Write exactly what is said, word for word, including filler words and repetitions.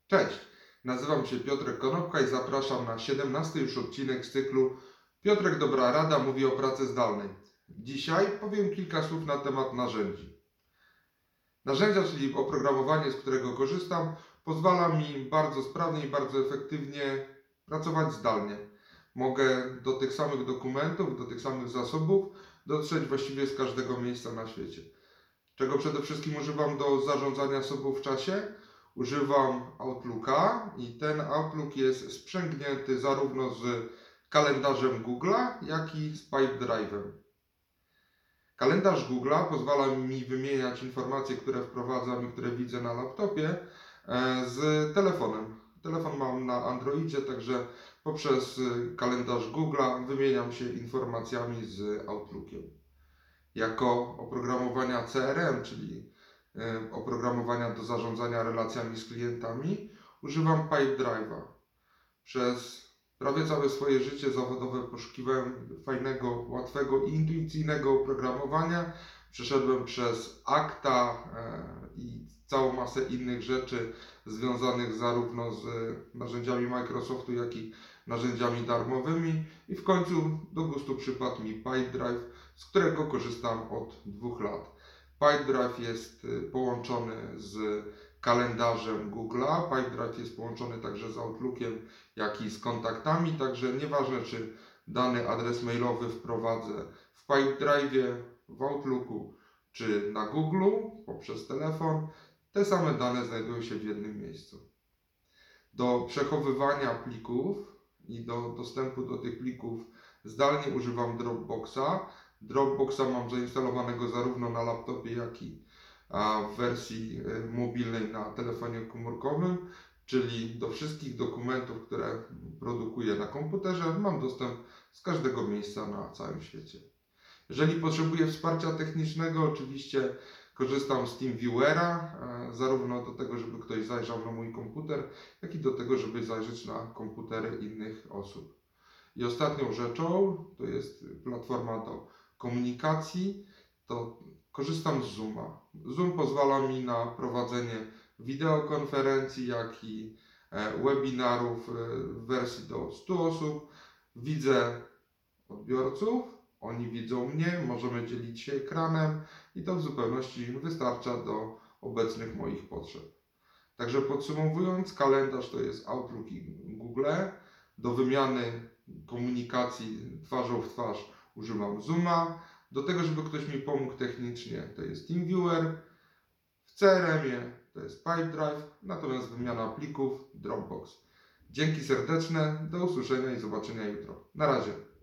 Cześć, nazywam się Piotrek Konopka i zapraszam na siedemnasty już odcinek z cyklu Piotrek Dobra Rada mówi o pracy zdalnej. Dzisiaj powiem kilka słów na temat narzędzi. Narzędzia, czyli oprogramowanie, z którego korzystam, pozwala mi bardzo sprawnie i bardzo efektywnie pracować zdalnie. Mogę do tych samych dokumentów, do tych samych zasobów dotrzeć właściwie z każdego miejsca na świecie. Czego przede wszystkim używam do zarządzania sobą w czasie? Używam Outlooka i ten Outlook jest sprzęgnięty zarówno z kalendarzem Google'a, jak i z Pipedrive'em. Kalendarz Google'a pozwala mi wymieniać informacje, które wprowadzam i które widzę na laptopie z telefonem. Telefon mam na Androidzie, także poprzez kalendarz Google'a wymieniam się informacjami z Outlookiem. Jako oprogramowania C R M, czyli oprogramowania do zarządzania relacjami z klientami, używam Pipedrive'a. Przez prawie całe swoje życie zawodowe poszukiwałem fajnego, łatwego i intuicyjnego oprogramowania. Przeszedłem przez Acta i całą masę innych rzeczy związanych zarówno z narzędziami Microsoftu, jak i narzędziami darmowymi i w końcu do gustu przypadł mi Pipedrive, z którego korzystam od dwóch lat. Pipedrive jest połączony z kalendarzem Google'a, Pipedrive jest połączony także z Outlookiem, jak i z kontaktami, także nieważne czy dany adres mailowy wprowadzę w Pipedrive'ie, w Outlooku czy na Google'u poprzez telefon, te same dane znajdują się w jednym miejscu. Do przechowywania plików i do dostępu do tych plików zdalnie używam Dropboxa. Dropboxa mam zainstalowanego zarówno na laptopie, jak i w wersji mobilnej na telefonie komórkowym, czyli do wszystkich dokumentów, które produkuję na komputerze, mam dostęp z każdego miejsca na całym świecie. Jeżeli potrzebuję wsparcia technicznego, oczywiście korzystam z TeamViewera, zarówno do tego, żeby ktoś zajrzał na mój komputer, jak i do tego, żeby zajrzeć na komputery innych osób. I ostatnią rzeczą to jest platforma do komunikacji, to korzystam z Zooma. Zoom pozwala mi na prowadzenie wideokonferencji, jak i webinarów w wersji do stu osób. Widzę odbiorców, oni widzą mnie, możemy dzielić się ekranem i to w zupełności wystarcza do obecnych moich potrzeb. Także podsumowując, kalendarz to jest Outlook i Google. Do wymiany komunikacji twarzą w twarz używam Zooma. Do tego, żeby ktoś mi pomógł technicznie, to jest TeamViewer. W C R M-ie to jest Pipedrive, natomiast wymiana plików Dropbox. Dzięki serdeczne, do usłyszenia i zobaczenia jutro. Na razie.